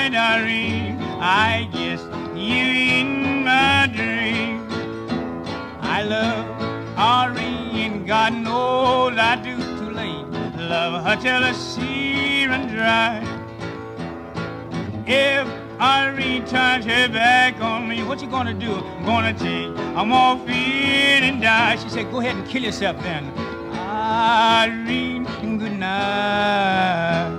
night, Irene, I guess you in my dream. I love Irene, God knows I do too late. Love her till the sea run dry. If Irene turns her back on me, what you gonna do? I'm gonna take a morphine and die. She said, go ahead and kill yourself then. Irene, good night.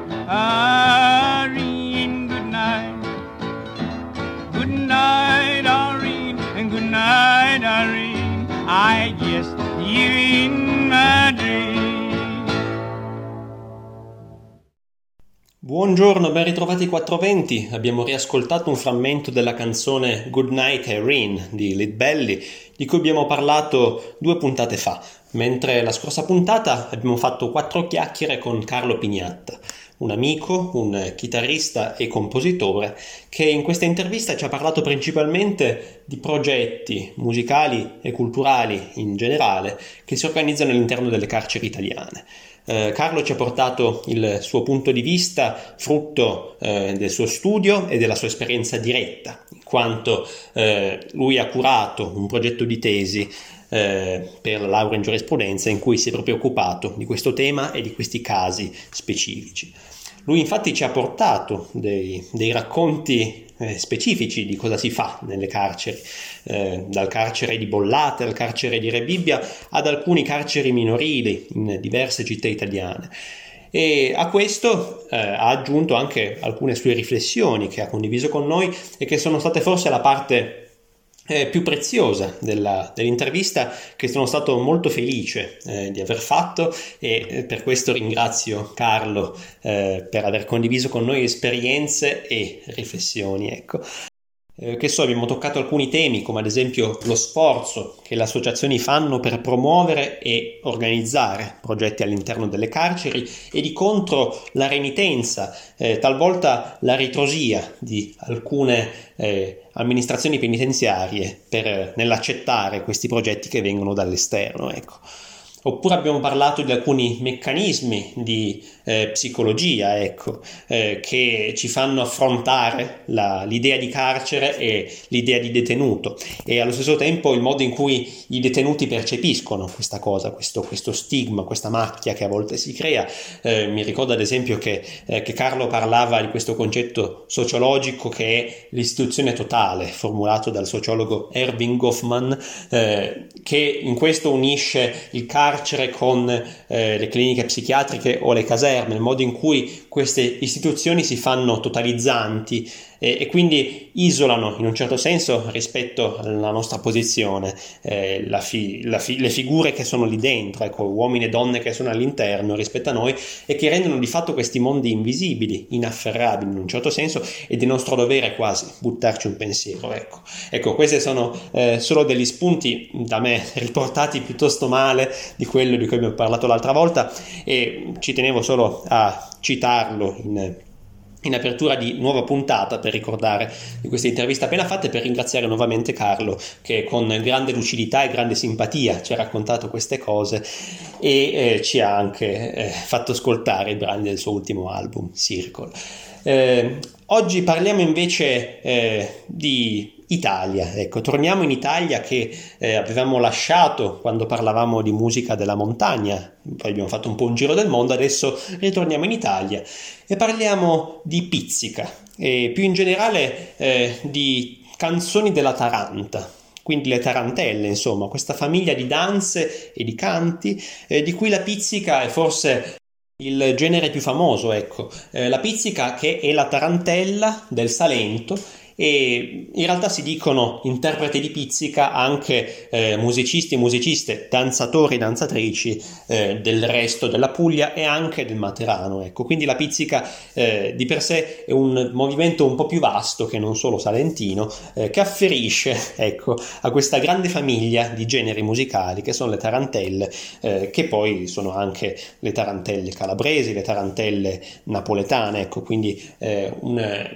Irene, good night. Good night, Irene, and good night, Irene. I guess you in my dream. Buongiorno, ben ritrovati 420. Abbiamo riascoltato un frammento della canzone Good Night Irene di Lead Belly, di cui abbiamo parlato 2 puntate fa, mentre la scorsa puntata abbiamo fatto 4 chiacchiere con Carlo Pignatta, un amico, un chitarrista e compositore che in questa intervista ci ha parlato principalmente di progetti musicali e culturali in generale che si organizzano all'interno delle carceri italiane. Carlo ci ha portato il suo punto di vista frutto del suo studio e della sua esperienza diretta, in quanto lui ha curato un progetto di tesi per la laurea in giurisprudenza in cui si è proprio occupato di questo tema e di questi casi specifici. Lui infatti ci ha portato dei racconti specifici di cosa si fa nelle carceri, dal carcere di Bollate al carcere di Rebibbia ad alcuni carceri minorili in diverse città italiane. E a questo ha aggiunto anche alcune sue riflessioni che ha condiviso con noi e che sono state forse la parte più preziosa dell'intervista, che sono stato molto felice di aver fatto, e per questo ringrazio Carlo per aver condiviso con noi esperienze e riflessioni, ecco. Abbiamo toccato alcuni temi, come ad esempio lo sforzo che le associazioni fanno per promuovere e organizzare progetti all'interno delle carceri e di contro la renitenza, talvolta la ritrosia di alcune amministrazioni penitenziarie nell'accettare questi progetti che vengono dall'esterno, ecco. Oppure abbiamo parlato di alcuni meccanismi di psicologia, che ci fanno affrontare l'idea di carcere e l'idea di detenuto, e allo stesso tempo il modo in cui i detenuti percepiscono questa cosa, questo stigma, questa macchia che a volte si crea. Mi ricordo ad esempio che Carlo parlava di questo concetto sociologico che è l'istituzione totale, formulato dal sociologo Erving Goffman, che in questo unisce il carcere con le cliniche psichiatriche o le caserme, il modo in cui queste istituzioni si fanno totalizzanti e quindi isolano in un certo senso rispetto alla nostra posizione le figure che sono lì dentro, ecco, uomini e donne che sono all'interno rispetto a noi, e che rendono di fatto questi mondi invisibili, inafferrabili in un certo senso, ed è nostro dovere quasi buttarci un pensiero, ecco, questi sono solo degli spunti da me riportati piuttosto male di quello di cui abbiamo parlato l'altra volta, e ci tenevo solo a citarlo in apertura di nuova puntata per ricordare di questa intervista appena fatta, e per ringraziare nuovamente Carlo, che con grande lucidità e grande simpatia ci ha raccontato queste cose e ci ha anche fatto ascoltare i brani del suo ultimo album, Circle. Oggi parliamo invece di Italia, ecco, torniamo in Italia che avevamo lasciato quando parlavamo di musica della montagna, poi abbiamo fatto un po' un giro del mondo, adesso ritorniamo in Italia e parliamo di pizzica e più in generale di canzoni della Taranta, quindi le tarantelle, insomma, questa famiglia di danze e di canti di cui la pizzica è forse il genere più famoso, ecco. La pizzica, che è la tarantella del Salento, e in realtà si dicono interpreti di pizzica anche musicisti e musiciste, danzatori e danzatrici del resto della Puglia e anche del Materano, ecco. Quindi la pizzica di per sé è un movimento un po' più vasto che non solo salentino, che afferisce, ecco, a questa grande famiglia di generi musicali che sono le tarantelle, che poi sono anche le tarantelle calabresi, le tarantelle napoletane, ecco, quindi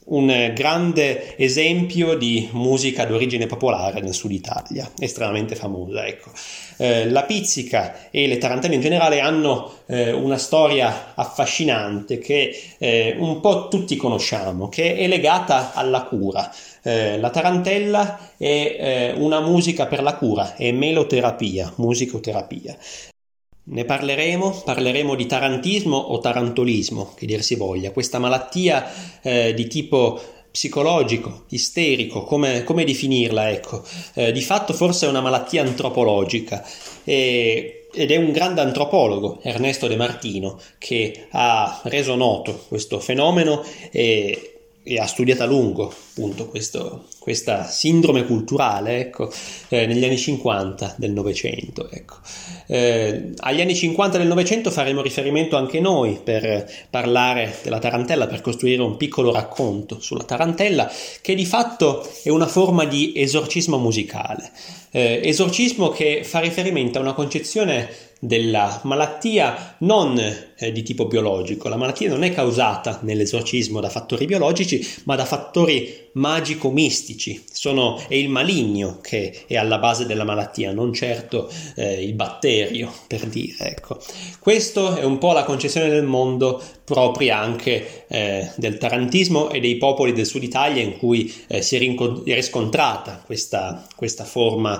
un grande esempio di musica d'origine popolare nel sud Italia, estremamente famosa, ecco. La pizzica e le tarantelle in generale hanno una storia affascinante che un po' tutti conosciamo, che è legata alla cura. La tarantella è una musica per la cura, è meloterapia, musicoterapia. Ne parleremo di tarantismo o tarantolismo, che dir si voglia, questa malattia di tipo psicologico, isterico, come definirla, ecco. Di fatto forse è una malattia antropologica ed è un grande antropologo, Ernesto De Martino, che ha reso noto questo fenomeno e ha studiato a lungo appunto questa sindrome culturale, ecco, negli anni 50 del Novecento, ecco. Agli anni 50 del Novecento faremo riferimento anche noi per parlare della tarantella, per costruire un piccolo racconto sulla tarantella, che di fatto è una forma di esorcismo musicale, esorcismo che fa riferimento a una concezione della malattia non di tipo biologico. La malattia non è causata nell'esorcismo da fattori biologici, ma da fattori magico-mistici. È il maligno che è alla base della malattia, non certo il batterio, per dire, ecco. Questo è un po' la concezione del mondo propria anche del tarantismo e dei popoli del sud Italia, in cui si è riscontrata questa forma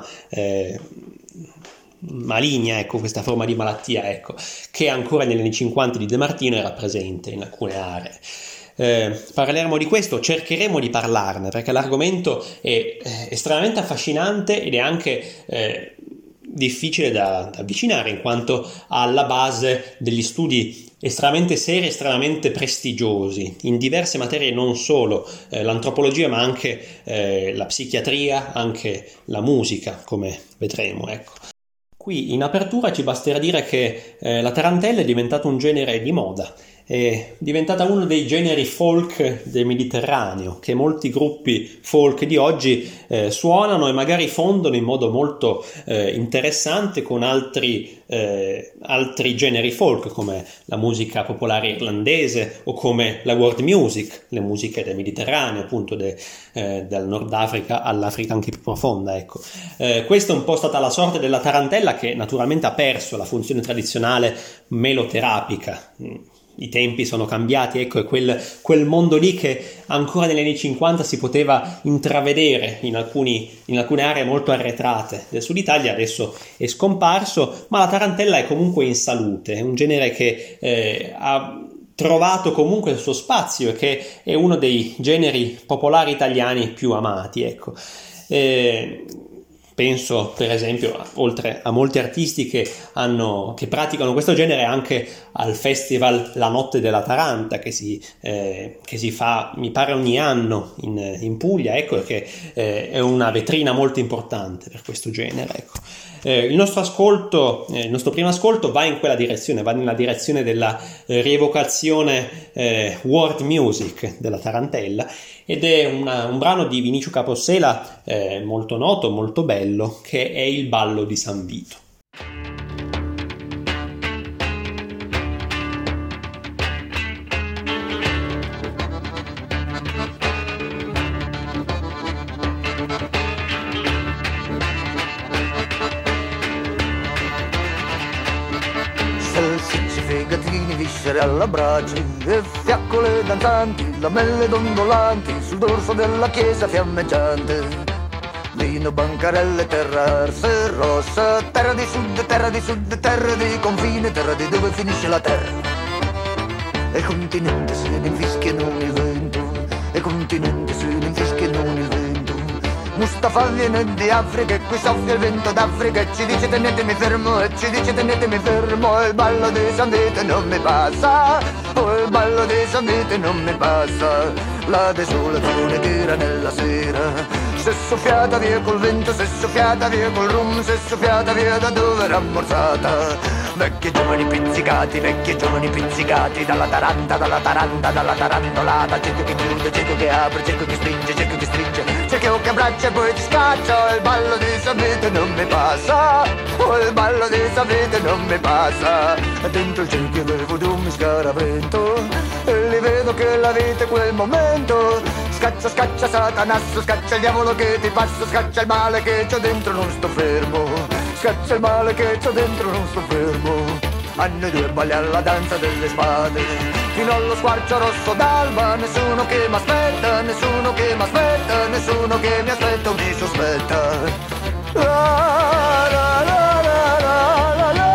maligna, ecco, questa forma di malattia, ecco, che ancora negli anni 50 di De Martino era presente in alcune aree. Parleremo di questo, cercheremo di parlarne, perché l'argomento è estremamente affascinante ed è anche difficile da avvicinare, in quanto alla base degli studi estremamente seri, estremamente prestigiosi in diverse materie, non solo l'antropologia, ma anche la psichiatria, anche la musica, come vedremo, ecco. Qui in apertura ci basterà dire che la tarantella è diventata un genere di moda, è diventata uno dei generi folk del Mediterraneo, che molti gruppi folk di oggi suonano e magari fondono in modo molto interessante con altri generi folk, come la musica popolare irlandese o come la world music, le musiche del Mediterraneo, appunto dal Nord Africa all'Africa anche più profonda, ecco. Questa è un po' stata la sorte della tarantella, che naturalmente ha perso la funzione tradizionale meloterapica. I tempi sono cambiati, ecco, e quel mondo lì che ancora negli anni 50 si poteva intravedere in alcune aree molto arretrate del sud Italia adesso è scomparso, ma la tarantella è comunque in salute, è un genere che ha trovato comunque il suo spazio e che è uno dei generi popolari italiani più amati, ecco. Penso per esempio, oltre a molti artisti che praticano questo genere, anche al festival La Notte della Taranta che si fa, mi pare, ogni anno in Puglia, ecco, che è una vetrina molto importante per questo genere, ecco. Il nostro primo ascolto va in quella direzione, va nella direzione della rievocazione world music della tarantella, ed è un brano di Vinicio Capossela molto noto, molto bello, che è Il ballo di San Vito. Alla brace e fiaccole danzanti, lamelle dondolanti sul dorso della chiesa fiammeggiante. Vino, bancarelle, terra arse rossa, terra di sud, terra di sud, terra di confine, terra di dove finisce la terra. E il continente se ne infischia in il vento, e il continente se ne infischia in il vento. Mustafa viene di Africa e qui soffia il vento d'Africa e ci dice tenetemi fermo, e ci dice tenetemi fermo. E il ballo di San Vito non mi passa, oh, il ballo di San Vito non mi passa. La desolazione tira nella sera, se soffiata via col vento, se soffiata via col rum, se soffiata via da dove era ammorzata. Vecchi giovani pizzicati, dalla taranta, dalla tarantolata. Cerco che chiude, cerco che apre, cerco che stringe, cerco che abbraccia e poi ti scaccia. Il ballo di San Vito non mi passa, oh, il ballo di San Vito non mi passa. E dentro il cerchio del voodoo mi scaravento, e li vedo che la vita è quel momento scaccia, scaccia Satanasso, scaccia il diavolo che ti passa, scaccia il male che c'ho dentro, non sto fermo, scaccia il male che c'ho dentro, non sto fermo. A noi due balliamo la danza delle spade, fino allo squarcio rosso d'alba, nessuno che m'aspetta, nessuno che m'aspetta, nessuno che mi aspetta o mi sospetta. La, la, la, la, la, la, la.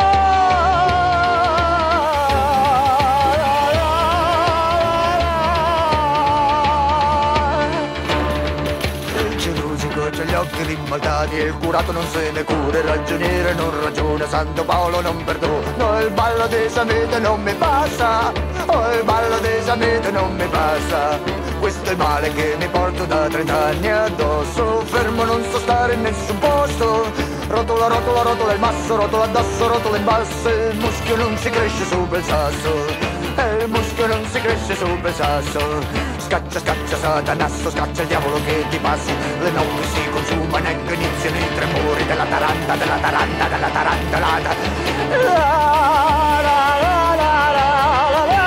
C'è gli occhi ribaltati e il curato non se ne cura, il ragioniere non ragiona, Santo Paolo non perdona, il ballo dei Samete non mi passa, il ballo dei Samete non mi passa, questo è il male che mi porto da 30 anni addosso, fermo non so stare in nessun posto, rotola, rotola, rotola il masso, rotola addosso, rotola in basso, il muschio non si cresce sopra il sasso, il muschio non si cresce sopra il sasso. Scaccia, scaccia Satanasso, scaccia il diavolo che ti passi, le notti si consumano, ecco iniziano i tremori della taranta, della taranta, della tarantelata. La, la, la, la, la, la, la.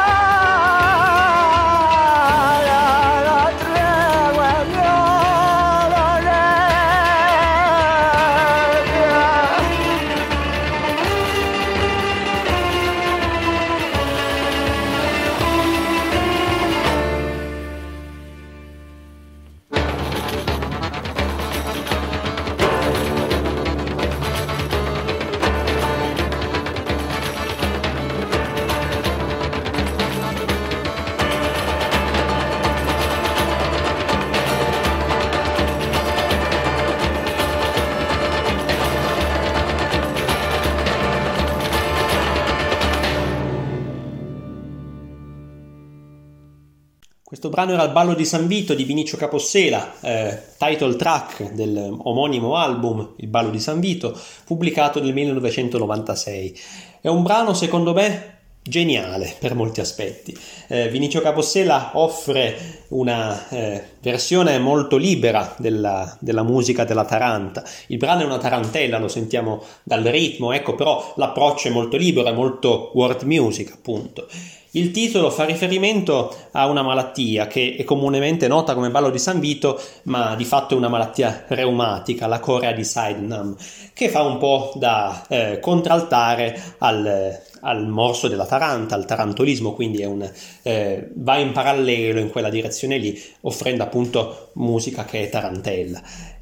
Questo brano era il Ballo di San Vito di Vinicio Capossela, title track del omonimo album Il Ballo di San Vito, pubblicato nel 1996. È un brano, secondo me, geniale per molti aspetti. Vinicio Capossela offre una versione molto libera della musica della taranta. Il brano è una tarantella, lo sentiamo dal ritmo, ecco, però l'approccio è molto libero, è molto world music, appunto. Il titolo fa riferimento a una malattia che è comunemente nota come ballo di San Vito, ma di fatto è una malattia reumatica, la chorea di Sydenham, che fa un po' da contraltare al morso della taranta, al tarantolismo, quindi va in parallelo in quella direzione lì, offrendo appunto musica che è tarantella.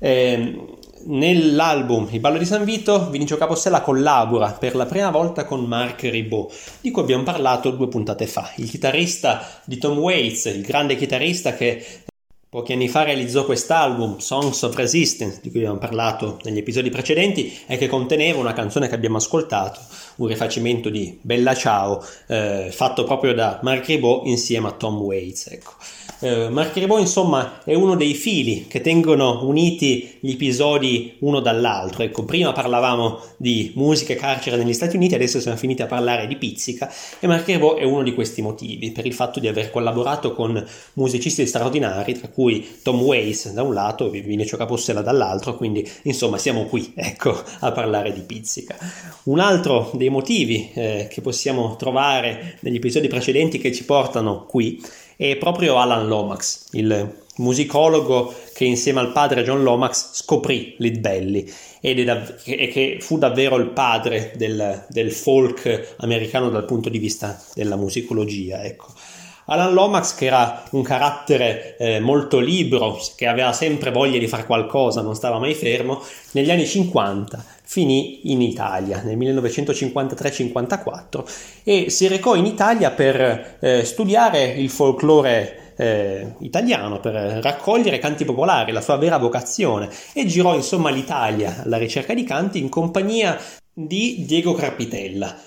Nell'album Il Ballo di San Vito, Vinicio Capossela collabora per la prima volta con Marc Ribot, di cui abbiamo parlato 2 puntate fa, il chitarrista di Tom Waits, il grande chitarrista che pochi anni fa realizzò quest'album, Songs of Resistance, di cui abbiamo parlato negli episodi precedenti e che conteneva una canzone che abbiamo ascoltato, un rifacimento di Bella Ciao, fatto proprio da Marc Ribot insieme a Tom Waits, ecco. Marc Ribot, insomma, è uno dei fili che tengono uniti gli episodi uno dall'altro. Ecco, prima parlavamo di musica e carcere negli Stati Uniti, adesso siamo finiti a parlare di pizzica, e Marc Ribot è uno di questi motivi, per il fatto di aver collaborato con musicisti straordinari, tra cui Tom Waits da un lato e Vinicio Capossela dall'altro, quindi insomma siamo qui, ecco, a parlare di pizzica. Un altro dei motivi che possiamo trovare negli episodi precedenti che ci portano qui è proprio Alan Lomax, il musicologo che insieme al padre John Lomax scoprì Lead Belly e che fu davvero il padre del folk americano dal punto di vista della musicologia, ecco. Alan Lomax, che era un carattere molto libero, che aveva sempre voglia di fare qualcosa, non stava mai fermo, negli anni 50 finì in Italia, nel 1953-54, e si recò in Italia per studiare il folklore italiano, per raccogliere canti popolari, la sua vera vocazione, e girò insomma l'Italia alla ricerca di canti in compagnia di Diego Crapitella,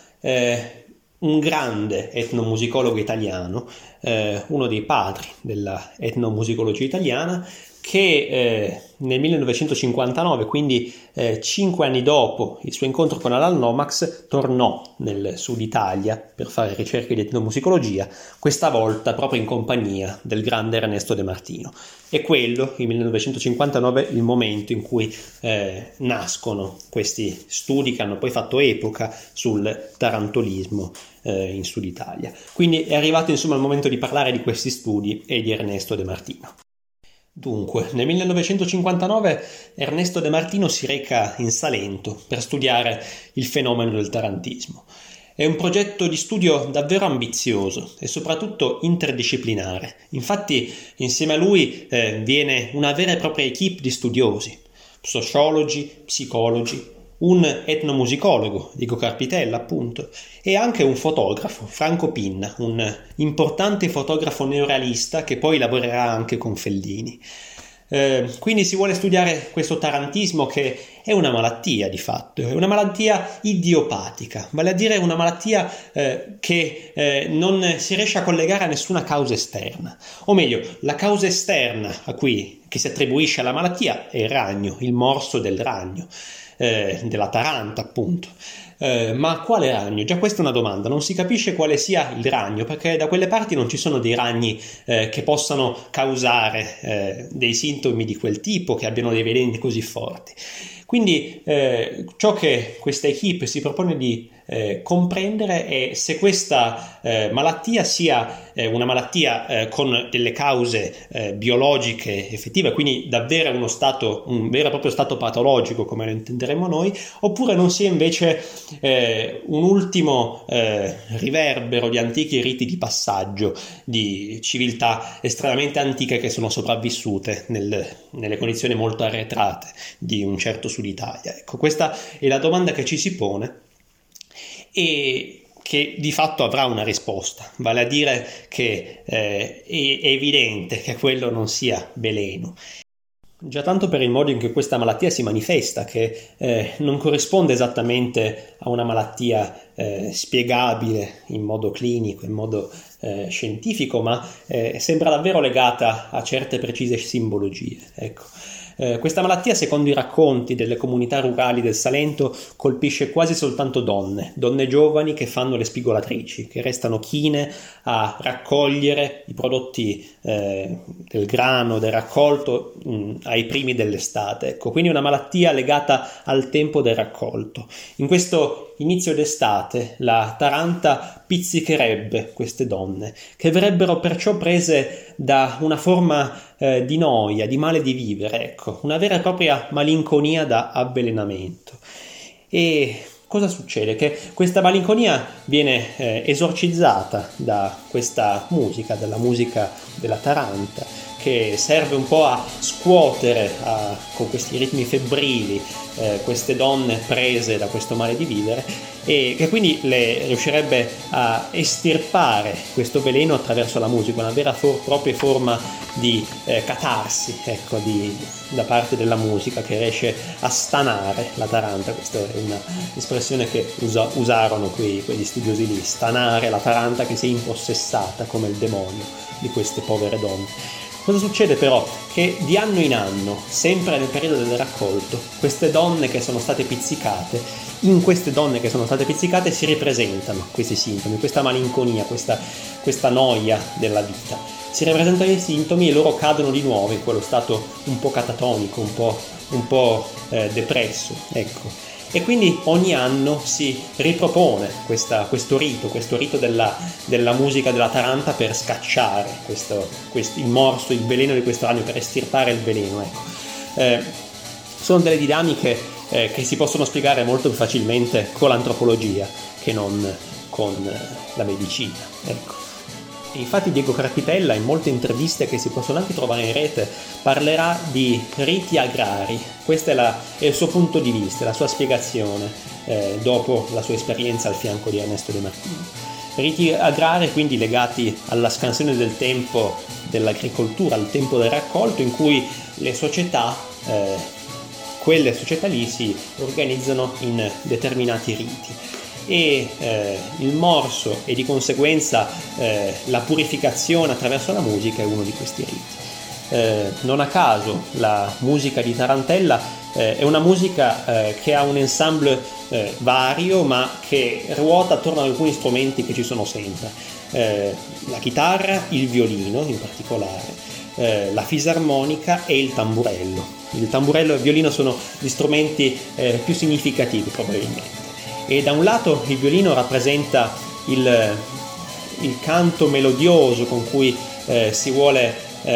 un grande etnomusicologo italiano, uno dei padri della etnomusicologia italiana, che nel 1959, quindi 5 anni dopo il suo incontro con Alan Lomax, tornò nel sud Italia per fare ricerche di etnomusicologia, questa volta proprio in compagnia del grande Ernesto De Martino. È quello, il 1959, il momento in cui nascono questi studi che hanno poi fatto epoca sul tarantolismo in Sud Italia. Quindi è arrivato insomma il momento di parlare di questi studi e di Ernesto De Martino. Dunque, nel 1959 Ernesto De Martino si reca in Salento per studiare il fenomeno del tarantismo. È un progetto di studio davvero ambizioso e soprattutto interdisciplinare. Infatti, insieme a lui viene una vera e propria equipe di studiosi, sociologi, psicologi, un etnomusicologo, Diego Carpitella appunto, e anche un fotografo, Franco Pinna, un importante fotografo neorealista che poi lavorerà anche con Fellini. Quindi si vuole studiare questo tarantismo, che è una malattia di fatto, è una malattia idiopatica, vale a dire una malattia che non si riesce a collegare a nessuna causa esterna, o meglio, la causa esterna a cui che si attribuisce alla malattia è il ragno, il morso del ragno, della taranta appunto. Ma quale ragno? Già questa è una domanda, non si capisce quale sia il ragno, perché da quelle parti non ci sono dei ragni che possano causare dei sintomi di quel tipo, che abbiano dei veleni così forti. Quindi ciò che questa equipe si propone di comprendere è se questa malattia sia una malattia con delle cause biologiche effettive, quindi davvero un vero e proprio stato patologico come lo intenderemo noi, oppure non sia invece un ultimo riverbero di antichi riti di passaggio di civiltà estremamente antiche che sono sopravvissute nelle condizioni molto arretrate di un certo Sud Italia. Ecco, questa è la domanda che ci si pone e che di fatto avrà una risposta, vale a dire che è evidente che quello non sia veleno. Già tanto per il modo in cui questa malattia si manifesta, che non corrisponde esattamente a una malattia spiegabile in modo clinico, in modo scientifico, ma sembra davvero legata a certe precise simbologie. Ecco. Questa malattia, secondo i racconti delle comunità rurali del Salento, colpisce quasi soltanto donne giovani che fanno le spigolatrici, che restano chine a raccogliere i prodotti del grano, del raccolto ai primi dell'estate. Ecco, quindi una malattia legata al tempo del raccolto. In questo inizio d'estate la taranta pizzicherebbe queste donne, che verrebbero perciò prese da una forma di noia, di male di vivere, ecco, una vera e propria malinconia da avvelenamento. E cosa succede? Che questa malinconia viene esorcizzata da questa musica, dalla musica della taranta, che serve un po' a scuotere con questi ritmi febbrili queste donne prese da questo male di vivere, e che quindi le riuscirebbe a estirpare questo veleno attraverso la musica, una vera propria forma di catarsi, ecco, da parte della musica, che riesce a stanare la taranta. Questa è un'espressione che usarono quegli studiosi lì, stanare la taranta che si è impossessata come il demonio di queste povere donne. Cosa succede però? Che di anno in anno, sempre nel periodo del raccolto, queste donne che sono state pizzicate, in queste donne che sono state pizzicate si ripresentano questi sintomi, questa malinconia, questa noia della vita. Si ripresentano i sintomi e loro cadono di nuovo in quello stato un po' catatonico, un po' depresso, ecco. E quindi ogni anno si ripropone questo rito della musica della taranta per scacciare il morso, il veleno di questo ragno, per estirpare il veleno. Ecco. Sono delle dinamiche che si possono spiegare molto più facilmente con l'antropologia che non con la medicina. Ecco. Infatti Diego Carpitella, in molte interviste che si possono anche trovare in rete, parlerà di riti agrari. Questo è il suo punto di vista, la sua spiegazione dopo la sua esperienza al fianco di Ernesto De Martino. Riti agrari quindi legati alla scansione del tempo dell'agricoltura, al tempo del raccolto, in cui le società, quelle società lì, si organizzano in determinati riti. E il morso e di conseguenza la purificazione attraverso la musica è uno di questi riti. Non a caso la musica di Tarantella è una musica che ha un ensemble vario, ma che ruota attorno ad alcuni strumenti che ci sono sempre. La chitarra, il violino in particolare, la fisarmonica e il tamburello. Il tamburello e il violino sono gli strumenti più significativi probabilmente. E da un lato il violino rappresenta il canto melodioso con cui si vuole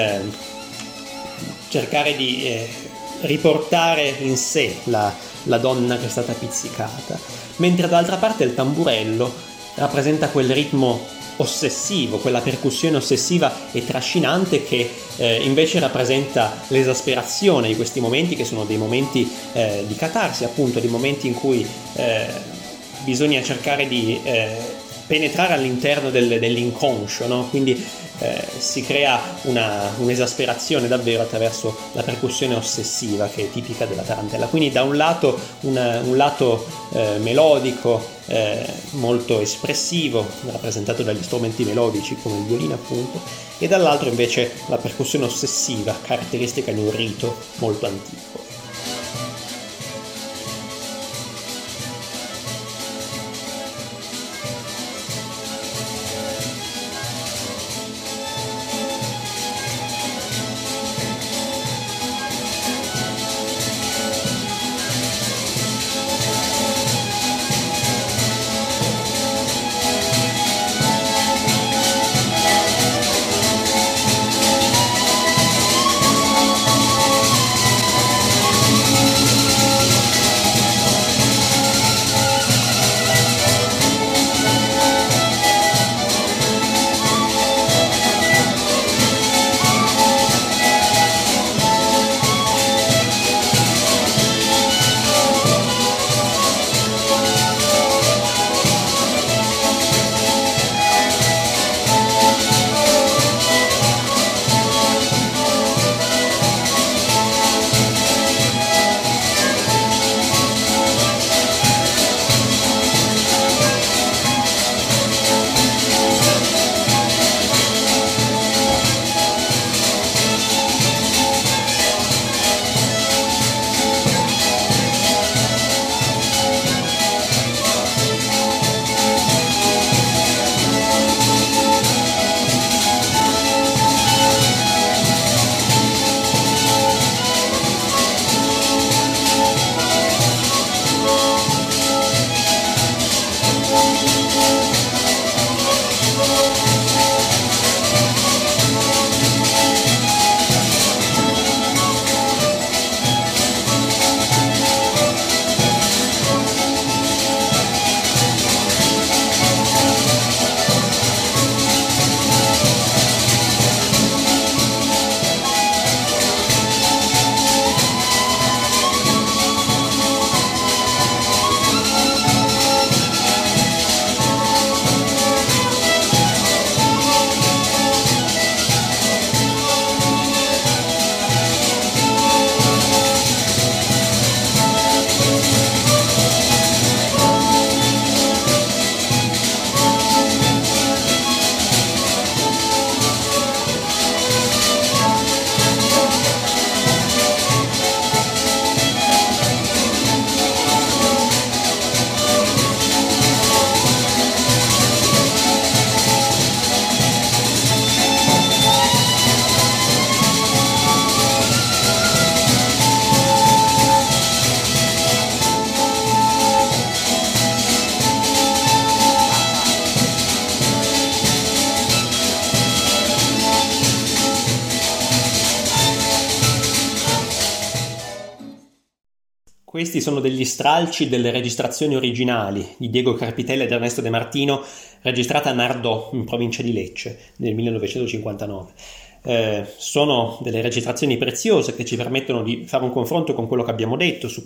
cercare di riportare in sé la donna che è stata pizzicata, mentre dall'altra parte il tamburello rappresenta quel ritmo ossessivo, quella percussione ossessiva e trascinante che invece rappresenta l'esasperazione di questi momenti, che sono dei momenti di catarsi, appunto, dei momenti in cui bisogna cercare di penetrare all'interno dell'inconscio, no? Quindi si crea un'esasperazione davvero attraverso la percussione ossessiva che è tipica della tarantella. Quindi da un lato un lato melodico molto espressivo, rappresentato dagli strumenti melodici come il violino appunto, e dall'altro invece la percussione ossessiva, caratteristica di un rito molto antico. Questi sono degli stralci delle registrazioni originali di Diego Carpitella ed Ernesto De Martino, registrata a Nardò, in provincia di Lecce, nel 1959. Sono delle registrazioni preziose che ci permettono di fare un confronto con quello che abbiamo detto su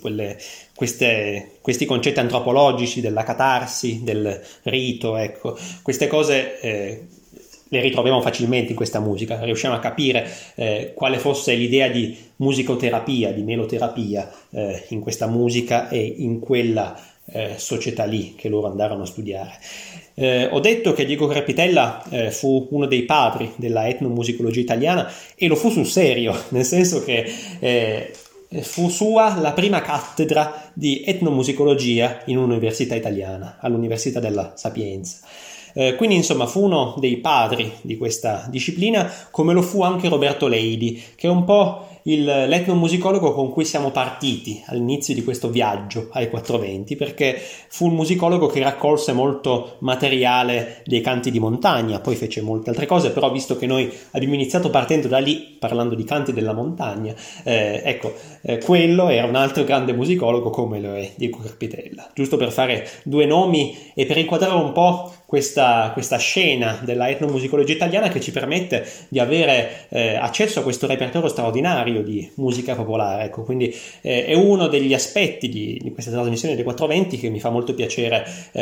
questi concetti antropologici della catarsi, del rito, ecco. Queste cose le ritroviamo facilmente in questa musica, riusciamo a capire quale fosse l'idea di musicoterapia, di meloterapia in questa musica e in quella società lì che loro andarono a studiare. Ho detto che Diego Carpitella fu uno dei padri della etnomusicologia italiana, e lo fu sul serio, nel senso che fu sua la prima cattedra di etnomusicologia in un'università italiana, all'Università della Sapienza. Quindi insomma fu uno dei padri di questa disciplina, come lo fu anche Roberto Leidi, che è un po' l'etnomusicologo con cui siamo partiti all'inizio di questo viaggio ai 420, perché fu un musicologo che raccolse molto materiale dei canti di montagna, poi fece molte altre cose, però visto che noi abbiamo iniziato partendo da lì, parlando di canti della montagna, quello era un altro grande musicologo come lo è Diego Carpitella. Giusto per fare due nomi e per inquadrare un po' questa scena della etnomusicologia italiana, che ci permette di avere accesso a questo repertorio straordinario di musica popolare. Ecco, quindi è uno degli aspetti di questa trasmissione dei 420 che mi fa molto piacere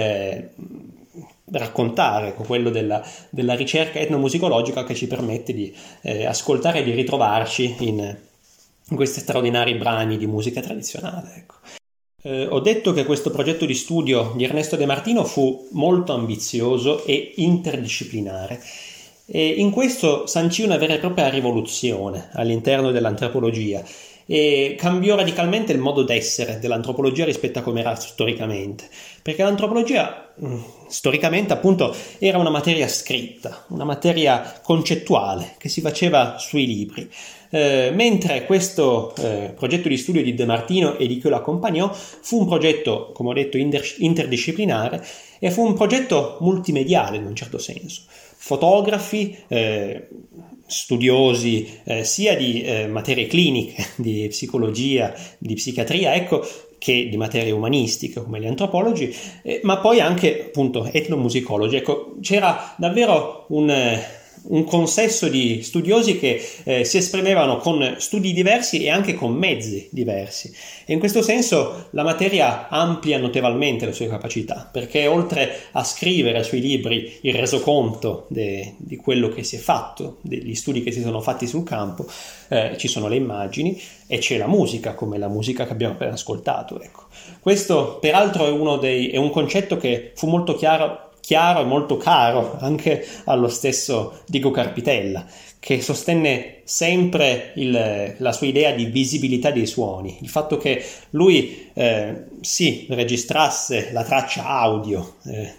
raccontare, ecco, quello della ricerca etnomusicologica, che ci permette di ascoltare e di ritrovarci in questi straordinari brani di musica tradizionale. Ecco. Ho detto che questo progetto di studio di Ernesto De Martino fu molto ambizioso e interdisciplinare, e in questo sancì una vera e propria rivoluzione all'interno dell'antropologia e cambiò radicalmente il modo d'essere dell'antropologia rispetto a come era storicamente, perché l'antropologia storicamente appunto era una materia scritta, una materia concettuale che si faceva sui libri, mentre questo progetto di studio di De Martino e di chi lo accompagnò fu un progetto, come ho detto, interdisciplinare, e fu un progetto multimediale in un certo senso. Fotografi, studiosi sia di materie cliniche, di psicologia, di psichiatria, ecco, che di materie umanistiche come gli antropologi, ma poi anche appunto etnomusicologi. Ecco, c'era davvero un consesso di studiosi che si esprimevano con studi diversi e anche con mezzi diversi, e in questo senso la materia amplia notevolmente le sue capacità, perché oltre a scrivere sui libri il resoconto di quello che si è fatto, degli studi che si sono fatti sul campo, ci sono le immagini e c'è la musica, come la musica che abbiamo appena ascoltato. Ecco. Questo peraltro è un concetto che fu molto chiaro e molto caro anche allo stesso Diego Carpitella, che sostenne sempre la sua idea di visibilità dei suoni, il fatto che lui si registrasse la traccia audio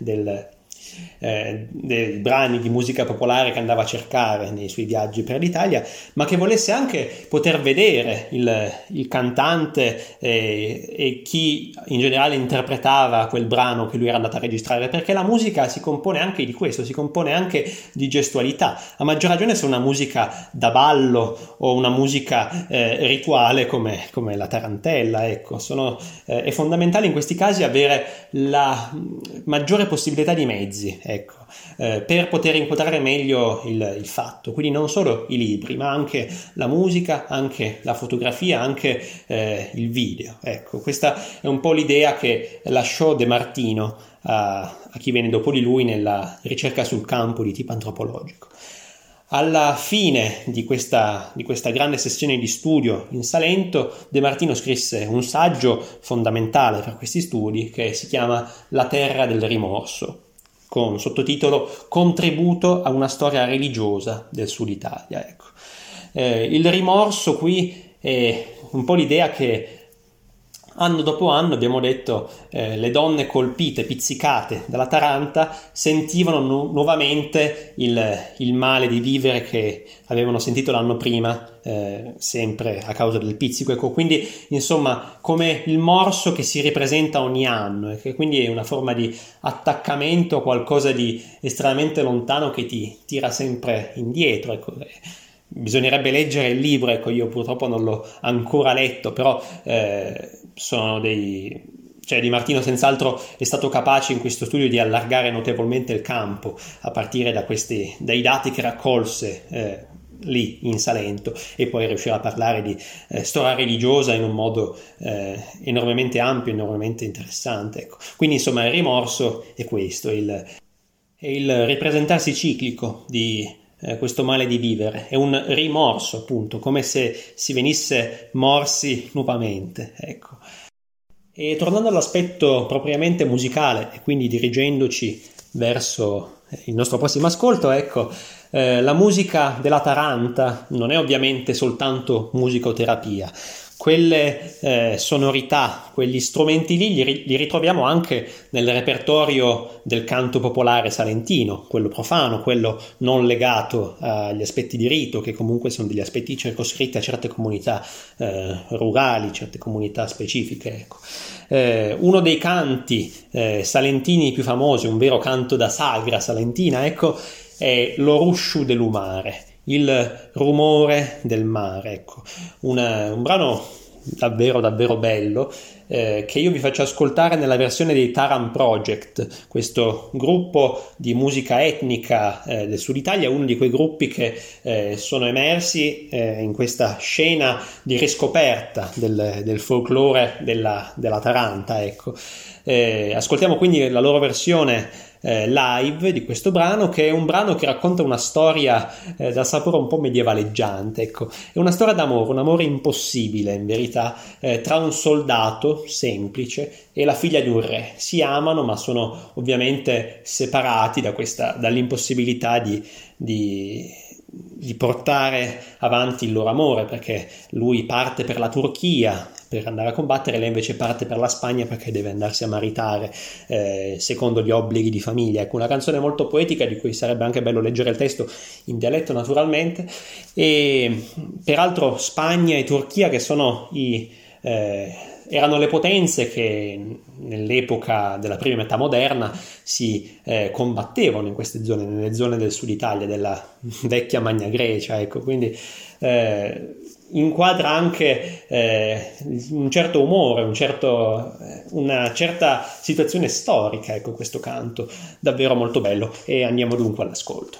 dei brani di musica popolare che andava a cercare nei suoi viaggi per l'Italia, ma che volesse anche poter vedere il cantante e chi in generale interpretava quel brano che lui era andato a registrare, perché la musica si compone anche di questo, si compone anche di gestualità, a maggior ragione se una musica da ballo o una musica rituale come la tarantella. Ecco, è fondamentale in questi casi avere la maggiore possibilità di mezzi, ecco, per poter inquadrare meglio il fatto. Quindi non solo i libri, ma anche la musica, anche la fotografia, anche il video. Ecco, questa è un po' l'idea che lasciò De Martino a chi venne dopo di lui nella ricerca sul campo di tipo antropologico. Alla fine di questa grande sessione di studio in Salento, De Martino scrisse un saggio fondamentale per questi studi che si chiama La terra del rimorso, con sottotitolo Contributo a una storia religiosa del Sud Italia. Ecco. Il rimorso qui è un po' l'idea che anno dopo anno, abbiamo detto, le donne colpite, pizzicate dalla taranta sentivano nuovamente il male di vivere che avevano sentito l'anno prima, sempre a causa del pizzico. Ecco, quindi insomma come il morso che si ripresenta ogni anno, e che quindi è una forma di attaccamento a qualcosa di estremamente lontano che ti tira sempre indietro. Ecco. Bisognerebbe leggere il libro, ecco, io purtroppo non l'ho ancora letto, però Di Martino senz'altro è stato capace in questo studio di allargare notevolmente il campo a partire dai dati che raccolse lì in Salento, e poi riuscire a parlare di storia religiosa in un modo enormemente ampio, enormemente interessante. Ecco. Quindi insomma il rimorso è questo, è il ripresentarsi ciclico di questo male di vivere, è un rimorso appunto, come se si venisse morsi nuovamente. Ecco. E tornando all'aspetto propriamente musicale, e quindi dirigendoci verso il nostro prossimo ascolto, ecco, la musica della Taranta non è ovviamente soltanto musicoterapia. Quelle sonorità, quegli strumenti lì li ritroviamo anche nel repertorio del canto popolare salentino, quello profano, quello non legato agli aspetti di rito, che comunque sono degli aspetti circoscritti a certe comunità rurali, certe comunità specifiche. Ecco. Uno dei canti salentini più famosi, un vero canto da sagra salentina, ecco, è l'Orusciu dell'Umare, il rumore del mare, ecco, un brano davvero davvero bello che io vi faccio ascoltare nella versione dei Taran Project, questo gruppo di musica etnica del sud Italia, uno di quei gruppi che sono emersi in questa scena di riscoperta del folklore della Taranta, ecco. Ascoltiamo quindi la loro versione live di questo brano, che è un brano che racconta una storia dal sapore un po' medievaleggiante, ecco. È una storia d'amore, un amore impossibile in verità, tra un soldato semplice e la figlia di un re. Si amano, ma sono ovviamente separati dall'impossibilità di portare avanti il loro amore, perché lui parte per la Turchia per andare a combattere, lei invece parte per la Spagna perché deve andarsi a maritare secondo gli obblighi di famiglia. Ecco, una canzone molto poetica di cui sarebbe anche bello leggere il testo in dialetto naturalmente. E peraltro Spagna e Turchia, che sono erano le potenze che nell'epoca della prima metà moderna si combattevano in queste zone, nelle zone del sud Italia, della vecchia Magna Grecia, ecco, quindi inquadra anche un certo umore, una certa situazione storica, ecco, questo canto davvero molto bello, e andiamo dunque all'ascolto.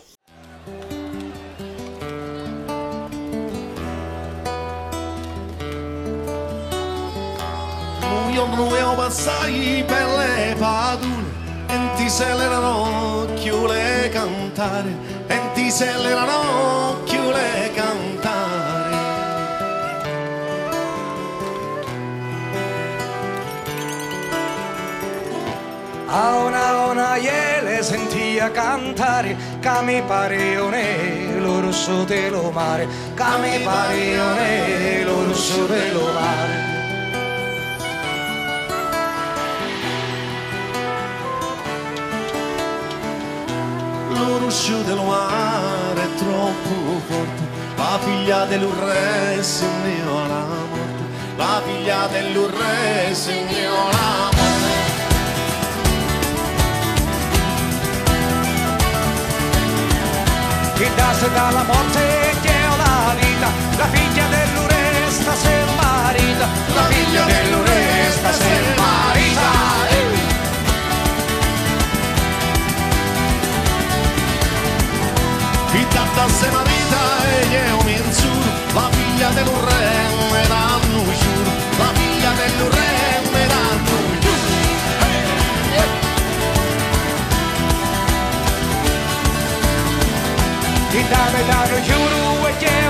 Io passai per le padune e ti se l'erano chiule cantare, e ti se l'erano chiule cantare. A una iele sentia cantare, che mi parione lo rosso dello mare, che mi parione lo rosso dello mare. L'oruscio del mare è troppo forte, la figlia dell'urre segnò la morte, la figlia dell'urre segnò la morte. Chi dà dalla morte chiede la vita, la figlia dell'urre sta se marita, la figlia dell'urre sta se marita. Tanta se marita e io mi insuro, la figlia dell'urre me danno giuro, la figlia dell'urre me danno giuro. Ti dà me danno giuro e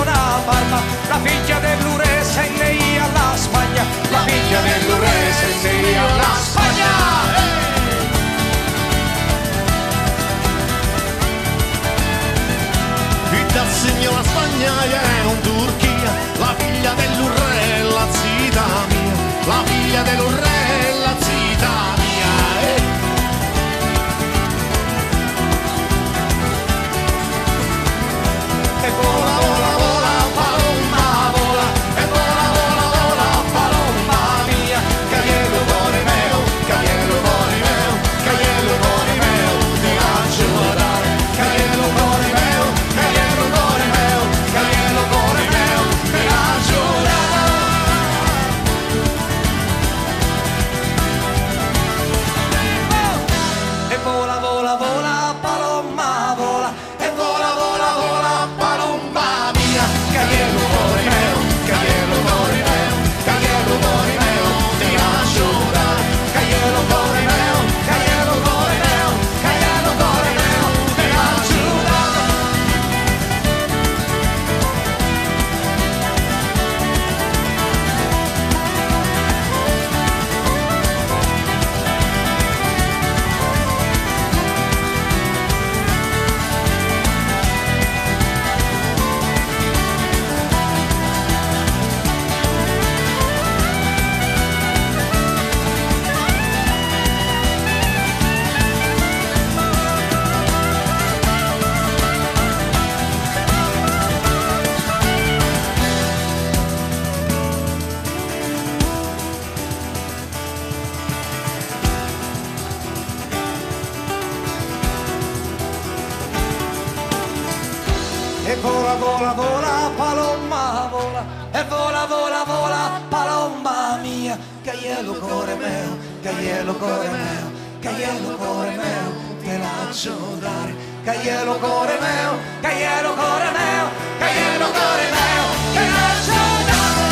e vola, vola, vola, palomba mia, che ielo cuore mio, che ielo cuore mio, che ielo cuore mio, te lascio dare, che ielo cuore mio, che ielo cuore mio, che ielo cuore mio, te lascio dare.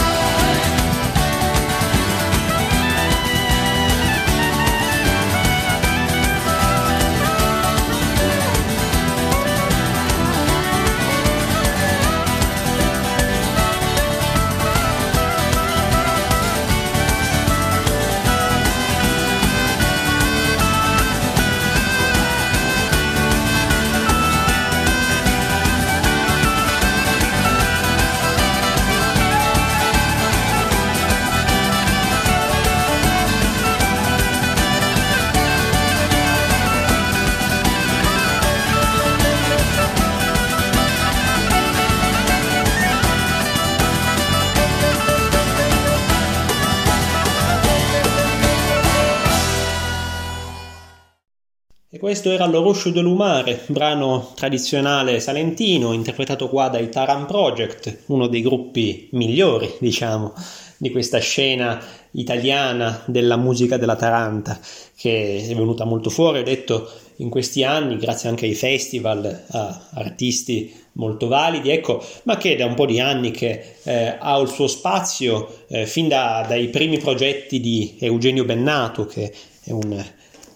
Questo era L'Oroscio de Lumare, brano tradizionale salentino interpretato qua dai Taran Project, uno dei gruppi migliori, diciamo, di questa scena italiana della musica della Taranta, che è venuta molto fuori, ho detto, in questi anni, grazie anche ai festival, a artisti molto validi, ecco, ma che da un po' di anni che ha il suo spazio, fin dai primi progetti di Eugenio Bennato, che è un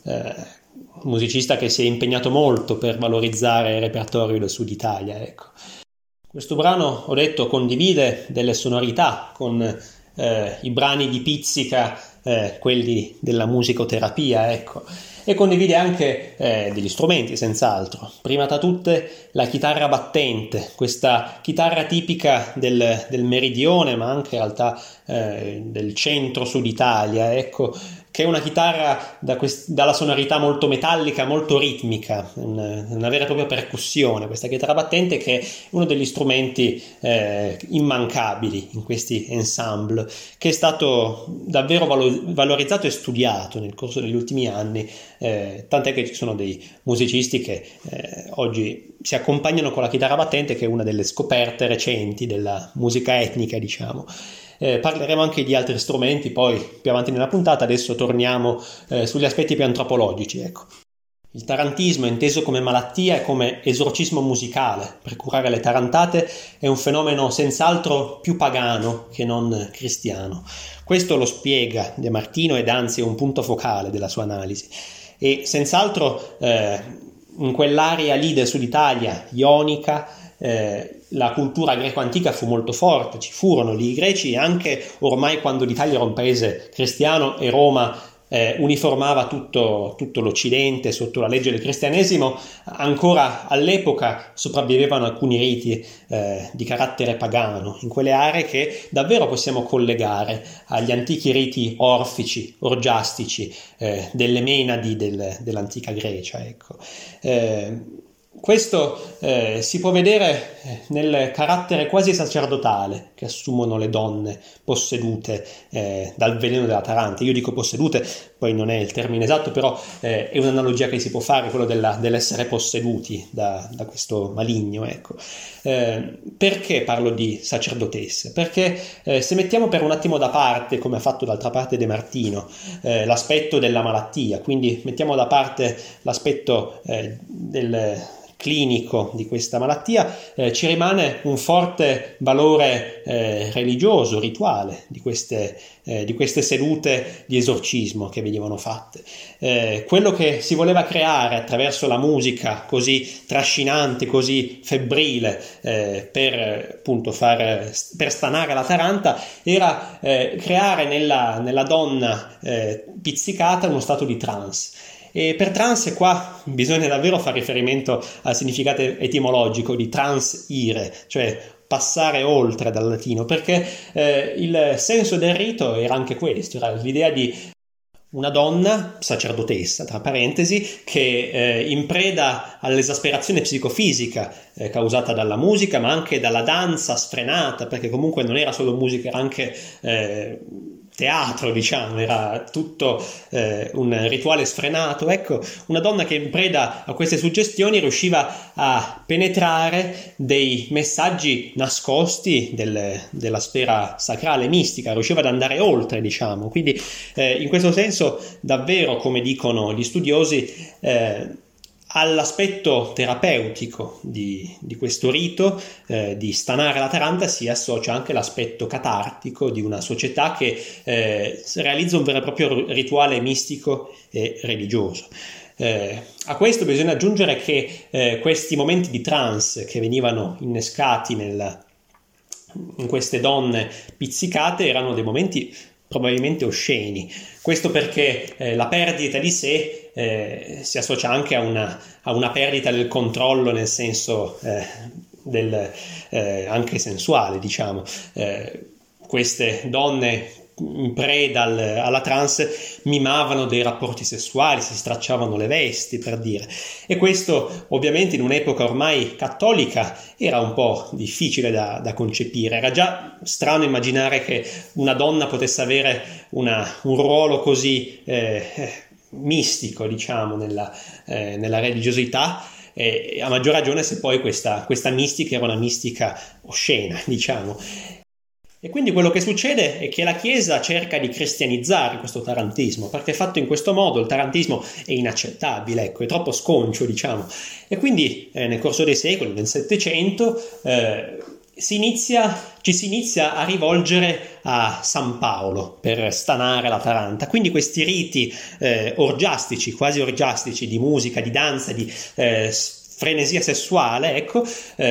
musicista che si è impegnato molto per valorizzare il repertorio del Sud Italia, ecco. Questo brano, ho detto, condivide delle sonorità con i brani di Pizzica, quelli della musicoterapia, ecco, e condivide anche degli strumenti, senz'altro. Prima tra tutte la chitarra battente, questa chitarra tipica del meridione, ma anche in realtà del centro-sud Italia, ecco, che è una chitarra dalla sonorità molto metallica, molto ritmica, una vera e propria percussione, questa chitarra battente, che è uno degli strumenti immancabili in questi ensemble, che è stato davvero valorizzato e studiato nel corso degli ultimi anni, tant'è che ci sono dei musicisti che oggi si accompagnano con la chitarra battente, che è una delle scoperte recenti della musica etnica, diciamo. Parleremo anche di altri strumenti poi più avanti nella puntata. Adesso torniamo sugli aspetti più antropologici, ecco. Il tarantismo, inteso come malattia e come esorcismo musicale per curare le tarantate, è un fenomeno senz'altro più pagano che non cristiano. Questo lo spiega De Martino, ed anzi è un punto focale della sua analisi. E senz'altro in quell'area lì del Sud Italia, ionica, la cultura greco-antica fu molto forte, ci furono lì i greci, anche ormai quando l'Italia era un paese cristiano e Roma uniformava tutto l'Occidente sotto la legge del cristianesimo, ancora all'epoca sopravvivevano alcuni riti di carattere pagano in quelle aree che davvero possiamo collegare agli antichi riti orfici, orgiastici delle Menadi dell'antica Grecia, ecco. Questo si può vedere nel carattere quasi sacerdotale che assumono le donne possedute dal veleno della Taranta. Io dico possedute, poi non è il termine esatto, però è un'analogia che si può fare, quello dell'essere posseduti da questo maligno, ecco. Perché parlo di sacerdotesse? Perché se mettiamo per un attimo da parte, come ha fatto d'altra parte De Martino, l'aspetto della malattia, quindi mettiamo da parte l'aspetto del clinico di questa malattia, ci rimane un forte valore religioso, rituale di queste sedute di esorcismo che venivano fatte. Quello che si voleva creare attraverso la musica così trascinante, così febbrile, per appunto per stanare la taranta, era creare nella donna pizzicata uno stato di trance. E per trance qua bisogna davvero fare riferimento al significato etimologico di transire, cioè passare oltre dal latino, perché il senso del rito era anche questo, era l'idea di una donna, sacerdotessa, tra parentesi, che in preda all'esasperazione psicofisica causata dalla musica, ma anche dalla danza sfrenata, perché comunque non era solo musica, era anche teatro, diciamo, era tutto un rituale sfrenato. Ecco, una donna che in preda a queste suggestioni riusciva a penetrare dei messaggi nascosti della sfera sacrale, mistica, riusciva ad andare oltre, diciamo. Quindi in questo senso davvero, come dicono gli studiosi, all'aspetto terapeutico di questo rito di stanare la Taranta si associa anche l'aspetto catartico di una società che realizza un vero e proprio rituale mistico e religioso. A questo bisogna aggiungere che questi momenti di trance che venivano innescati in queste donne pizzicate erano dei momenti probabilmente osceni. Questo perché la perdita di sé si associa anche a una perdita del controllo, nel senso anche sensuale, diciamo. Queste donne in preda alla trance mimavano dei rapporti sessuali, si stracciavano le vesti, per dire, e questo ovviamente in un'epoca ormai cattolica era un po' difficile da concepire. Era già strano immaginare che una donna potesse avere un ruolo così mistico, diciamo, nella religiosità, e a maggior ragione se poi questa mistica era una mistica oscena, diciamo. E quindi quello che succede è che la Chiesa cerca di cristianizzare questo tarantismo, perché fatto in questo modo il tarantismo è inaccettabile, ecco, è troppo sconcio, diciamo. E quindi nel corso dei secoli, nel Settecento, ci si inizia a rivolgere a San Paolo per stanare la Taranta. Quindi questi riti orgiastici, quasi orgiastici, di musica, di danza, di frenesia sessuale, ecco,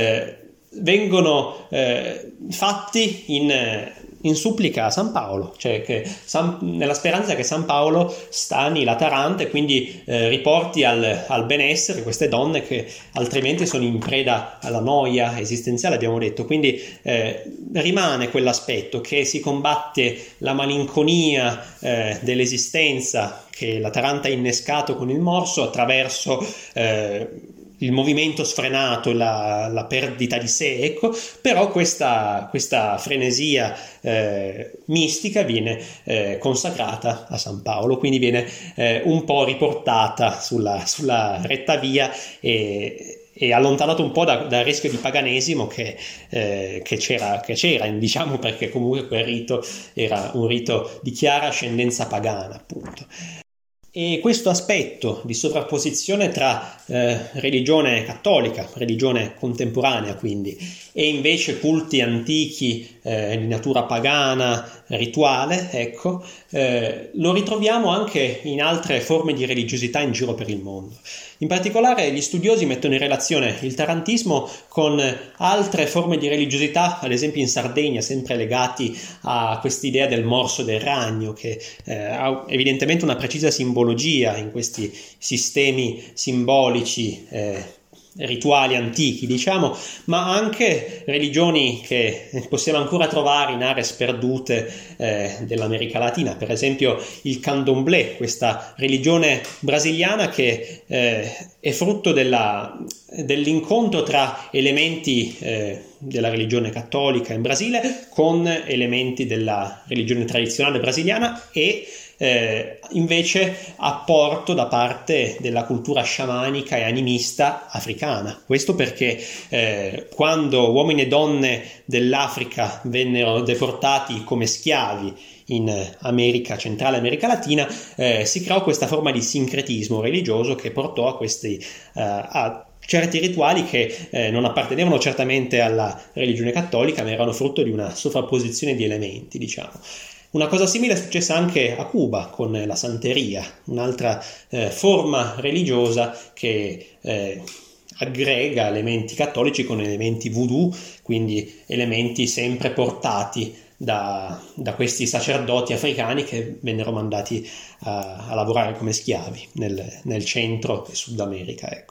vengono fatti in supplica a San Paolo, cioè nella speranza che San Paolo stani la Taranta e quindi riporti al benessere queste donne che altrimenti sono in preda alla noia esistenziale, abbiamo detto. Quindi rimane quell'aspetto che si combatte la malinconia dell'esistenza che la Taranta ha innescato con il morso attraverso il movimento sfrenato, la perdita di sé, ecco. Però questa frenesia mistica viene consacrata a San Paolo, quindi viene un po' riportata sulla retta via e allontanato un po' dal rischio di paganesimo che c'era, diciamo, perché comunque quel rito era un rito di chiara ascendenza pagana, appunto. E questo aspetto di sovrapposizione tra religione cattolica, religione contemporanea quindi, e invece culti antichi di natura pagana, rituale, ecco, lo ritroviamo anche in altre forme di religiosità in giro per il mondo. In particolare gli studiosi mettono in relazione il tarantismo con altre forme di religiosità, ad esempio in Sardegna, sempre legati a quest'idea del morso del ragno, che ha evidentemente una precisa simbologia in questi sistemi simbolici rituali antichi, diciamo, ma anche religioni che possiamo ancora trovare in aree sperdute dell'America Latina, per esempio il candomblé, questa religione brasiliana che è frutto dell'incontro tra elementi della religione cattolica in Brasile con elementi della religione tradizionale brasiliana e invece apporto da parte della cultura sciamanica e animista africana. Questo perché quando uomini e donne dell'Africa vennero deportati come schiavi in America centrale, America Latina, si creò questa forma di sincretismo religioso che portò a questi a certi rituali che non appartenevano certamente alla religione cattolica, ma erano frutto di una sovrapposizione di elementi, diciamo. Una cosa simile è successa anche a Cuba con la santeria, un'altra forma religiosa che aggrega elementi cattolici con elementi voodoo, quindi elementi sempre portati da questi sacerdoti africani che vennero mandati a lavorare come schiavi nel centro e Sud America, ecco.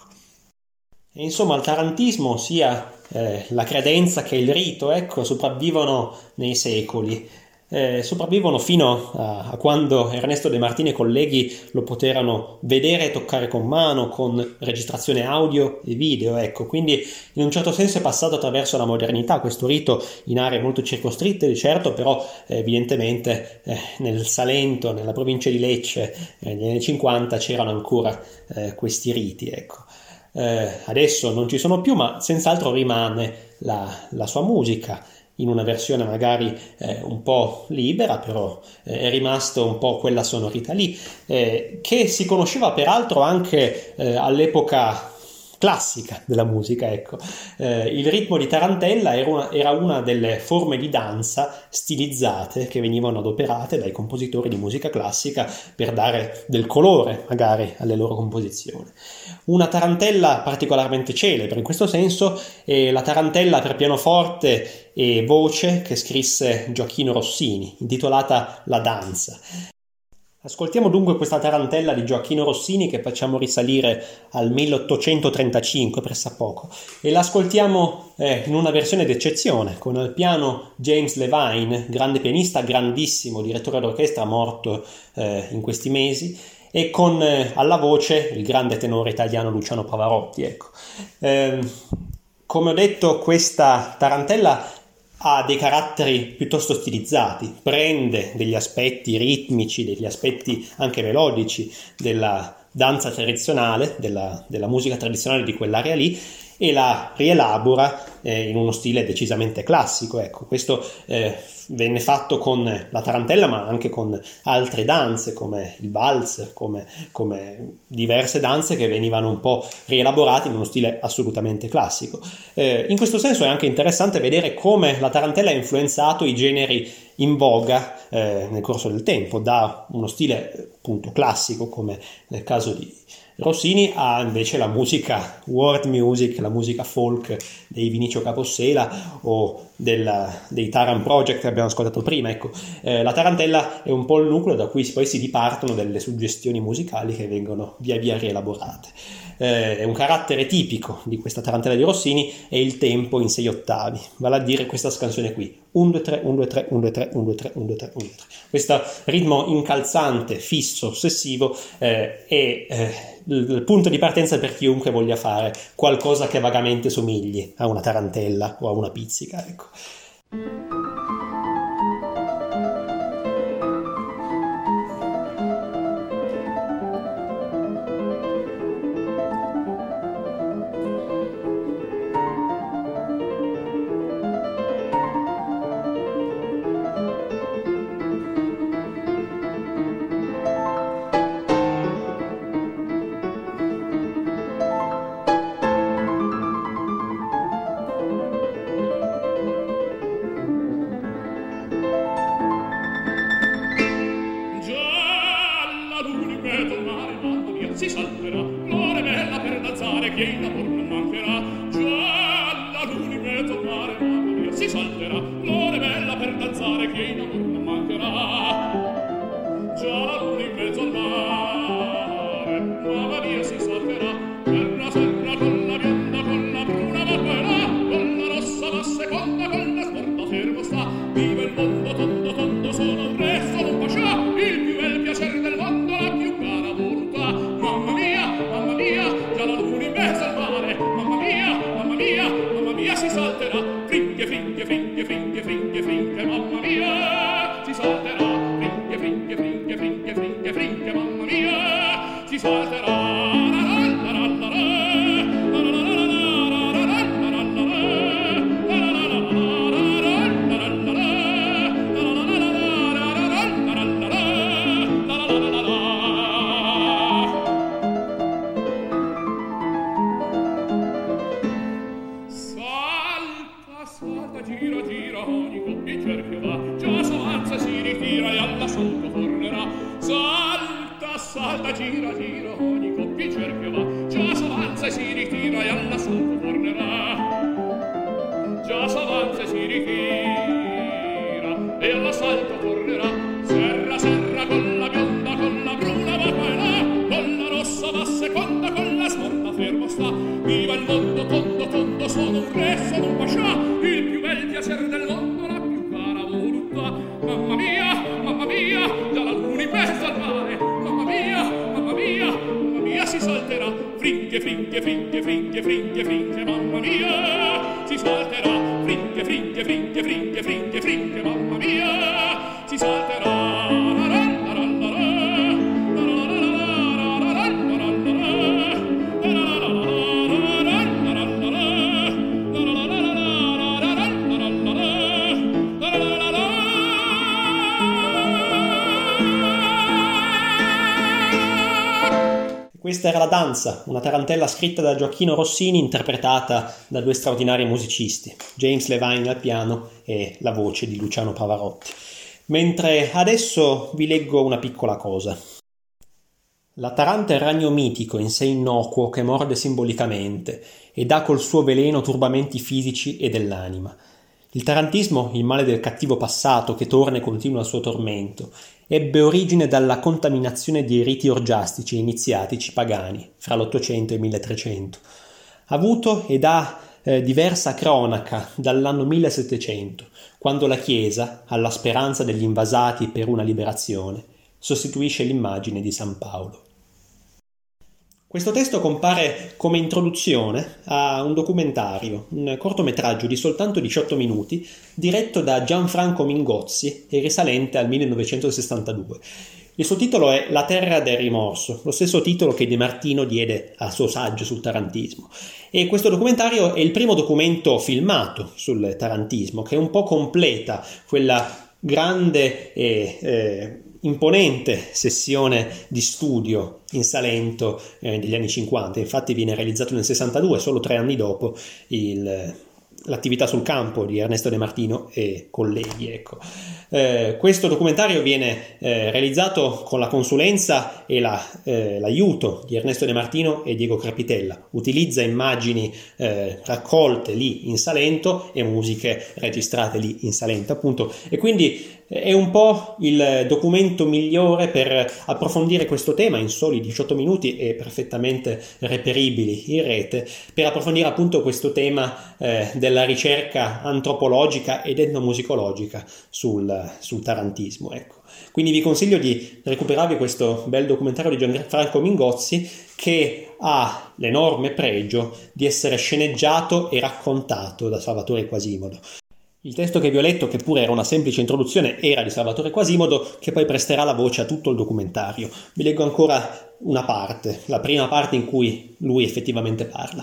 E insomma, il tarantismo, sia la credenza che il rito, ecco, sopravvivono nei secoli. sopravvivono fino a quando Ernesto De Martini e colleghi lo poterono vedere e toccare con mano, con registrazione audio e video, ecco. Quindi in un certo senso è passato attraverso la modernità questo rito in aree molto circoscritte, di certo, però evidentemente nel Salento, nella provincia di Lecce, negli anni 50 c'erano ancora questi riti, ecco. Adesso non ci sono più, ma senz'altro rimane la sua musica in una versione magari un po' libera, però è rimasto un po' quella sonorità lì, che si conosceva peraltro anche all'epoca classica della musica, ecco. Il ritmo di tarantella era una delle forme di danza stilizzate che venivano adoperate dai compositori di musica classica per dare del colore magari alle loro composizioni. Una tarantella particolarmente celebre in questo senso è la tarantella per pianoforte e voce che scrisse Gioachino Rossini, intitolata La danza. Ascoltiamo dunque questa tarantella di Gioachino Rossini che facciamo risalire al 1835 pressappoco, e l'ascoltiamo in una versione d'eccezione con al piano James Levine, grande pianista, grandissimo direttore d'orchestra, morto in questi mesi, e con alla voce il grande tenore italiano Luciano Pavarotti, ecco. Come ho detto, questa tarantella ha dei caratteri piuttosto stilizzati, prende degli aspetti ritmici, degli aspetti anche melodici della danza tradizionale, della musica tradizionale di quell'area lì, e la rielabora in uno stile decisamente classico, ecco. Questo venne fatto con la tarantella, ma anche con altre danze come il valzer, come diverse danze che venivano un po' rielaborate in uno stile assolutamente classico. In questo senso è anche interessante vedere come la tarantella ha influenzato i generi in voga nel corso del tempo, da uno stile appunto classico come nel caso di Rossini a invece la musica world music, la musica folk dei Vinicio Capossela o dei Taran Project che abbiamo ascoltato prima, ecco. La tarantella è un po' il nucleo da cui poi si dipartono delle suggestioni musicali che vengono via via rielaborate. È un carattere tipico di questa tarantella di Rossini è il tempo in 6 ottavi, vale a dire questa scansione qui, 1 2 3 1 2 3 1 2 3 1 2 3 1 2 3 1 2 3. Questo ritmo incalzante, fisso, ossessivo è il punto di partenza per chiunque voglia fare qualcosa che vagamente somigli a una tarantella o a una pizzica, ecco. Sono un pascià, il più bel piacere del mondo, la più cara voluttà, mamma mia. frinche, frinche, frinche, frinche, frinche, frinche, mamma mia, si salterà, frinche, frinche, frinche, frinche, frinche, frinche, mamma mia, si salterà. Questa era La danza, una tarantella scritta da Gioacchino Rossini, interpretata da due straordinari musicisti, James Levine al piano e la voce di Luciano Pavarotti. Mentre adesso vi leggo una piccola cosa. La taranta è il ragno mitico, in sé innocuo, che morde simbolicamente e dà col suo veleno turbamenti fisici e dell'anima. Il tarantismo, il male del cattivo passato che torna e continua il suo tormento, ebbe origine dalla contaminazione di riti orgiastici e iniziatici pagani fra l'800 e il 1300. Ha avuto ed ha diversa cronaca dall'anno 1700, quando la Chiesa, alla speranza degli invasati per una liberazione, sostituisce l'immagine di San Paolo. Questo testo compare come introduzione a un documentario, un cortometraggio di soltanto 18 minuti, diretto da Gianfranco Mingozzi e risalente al 1962. Il suo titolo è La terra del rimorso, lo stesso titolo che De Martino diede al suo saggio sul tarantismo. E questo documentario è il primo documento filmato sul tarantismo, che un po' completa quella grande e imponente sessione di studio in Salento degli anni 50. Infatti viene realizzato nel 62, solo 3 anni dopo l'attività sul campo di Ernesto De Martino e colleghi. Ecco. Questo documentario viene realizzato con la consulenza e l'aiuto di Ernesto De Martino e Diego Crepitella. Utilizza immagini raccolte lì in Salento e musiche registrate lì in Salento, appunto, e quindi è un po' il documento migliore per approfondire questo tema in soli 18 minuti e perfettamente reperibili in rete, per approfondire appunto questo tema della ricerca antropologica ed etnomusicologica sul tarantismo. Ecco. Quindi vi consiglio di recuperarvi questo bel documentario di Gianfranco Mingozzi, che ha l'enorme pregio di essere sceneggiato e raccontato da Salvatore Quasimodo. Il testo che vi ho letto, che pure era una semplice introduzione, era di Salvatore Quasimodo, che poi presterà la voce a tutto il documentario. Vi leggo ancora una parte, la prima parte in cui lui effettivamente parla.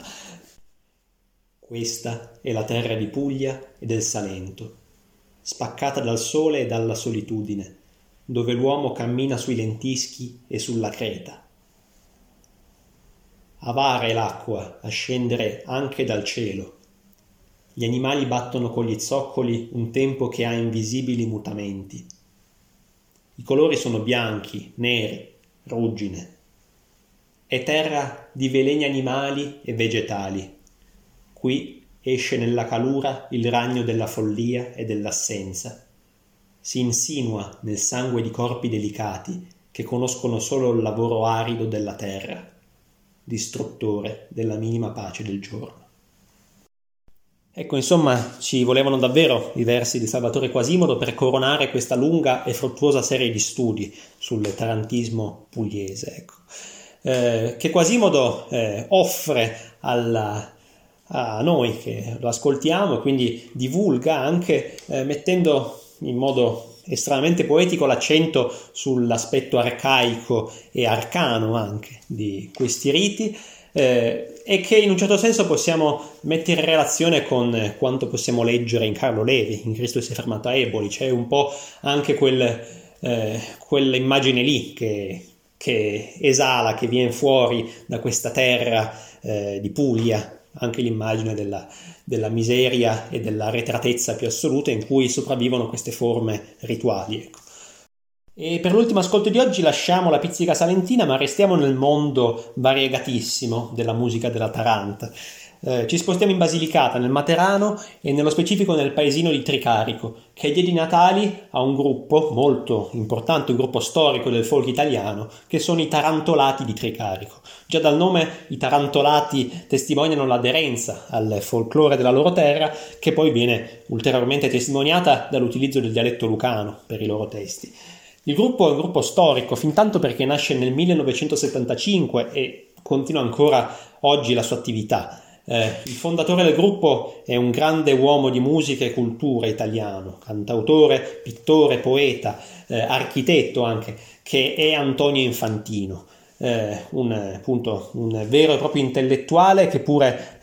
Questa è la terra di Puglia e del Salento, spaccata dal sole e dalla solitudine, dove l'uomo cammina sui lentischi e sulla creta. Avara è l'acqua a scendere anche dal cielo. Gli animali battono con gli zoccoli un tempo che ha invisibili mutamenti. I colori sono bianchi, neri, ruggine. È terra di veleni animali e vegetali. Qui esce nella calura il ragno della follia e dell'assenza. Si insinua nel sangue di corpi delicati che conoscono solo il lavoro arido della terra, distruttore della minima pace del giorno. Ecco, insomma, ci volevano davvero i versi di Salvatore Quasimodo per coronare questa lunga e fruttuosa serie di studi sul tarantismo pugliese, ecco. Che Quasimodo offre a noi che lo ascoltiamo, e quindi divulga anche mettendo in modo estremamente poetico l'accento sull'aspetto arcaico e arcano anche di questi riti, e che in un certo senso possiamo mettere in relazione con quanto possiamo leggere in Carlo Levi, in Cristo si è fermato a Eboli. C'è un po' anche quell'immagine lì che esala, che viene fuori da questa terra di Puglia, anche l'immagine della miseria e della arretratezza più assoluta in cui sopravvivono queste forme rituali, ecco. E per l'ultimo ascolto di oggi lasciamo la pizzica salentina, ma restiamo nel mondo variegatissimo della musica della taranta. Ci spostiamo in Basilicata, nel Materano, e nello specifico nel paesino di Tricarico, che diede i natali a un gruppo molto importante, un gruppo storico del folk italiano, che sono i Tarantolati di Tricarico. Già dal nome i Tarantolati testimoniano l'aderenza al folklore della loro terra, che poi viene ulteriormente testimoniata dall'utilizzo del dialetto lucano per i loro testi. Il gruppo è un gruppo storico, fintanto perché nasce nel 1975 e continua ancora oggi la sua attività. Il fondatore del gruppo è un grande uomo di musica e cultura italiano, cantautore, pittore, poeta, architetto anche, che è Antonio Infantino, un vero e proprio intellettuale che pure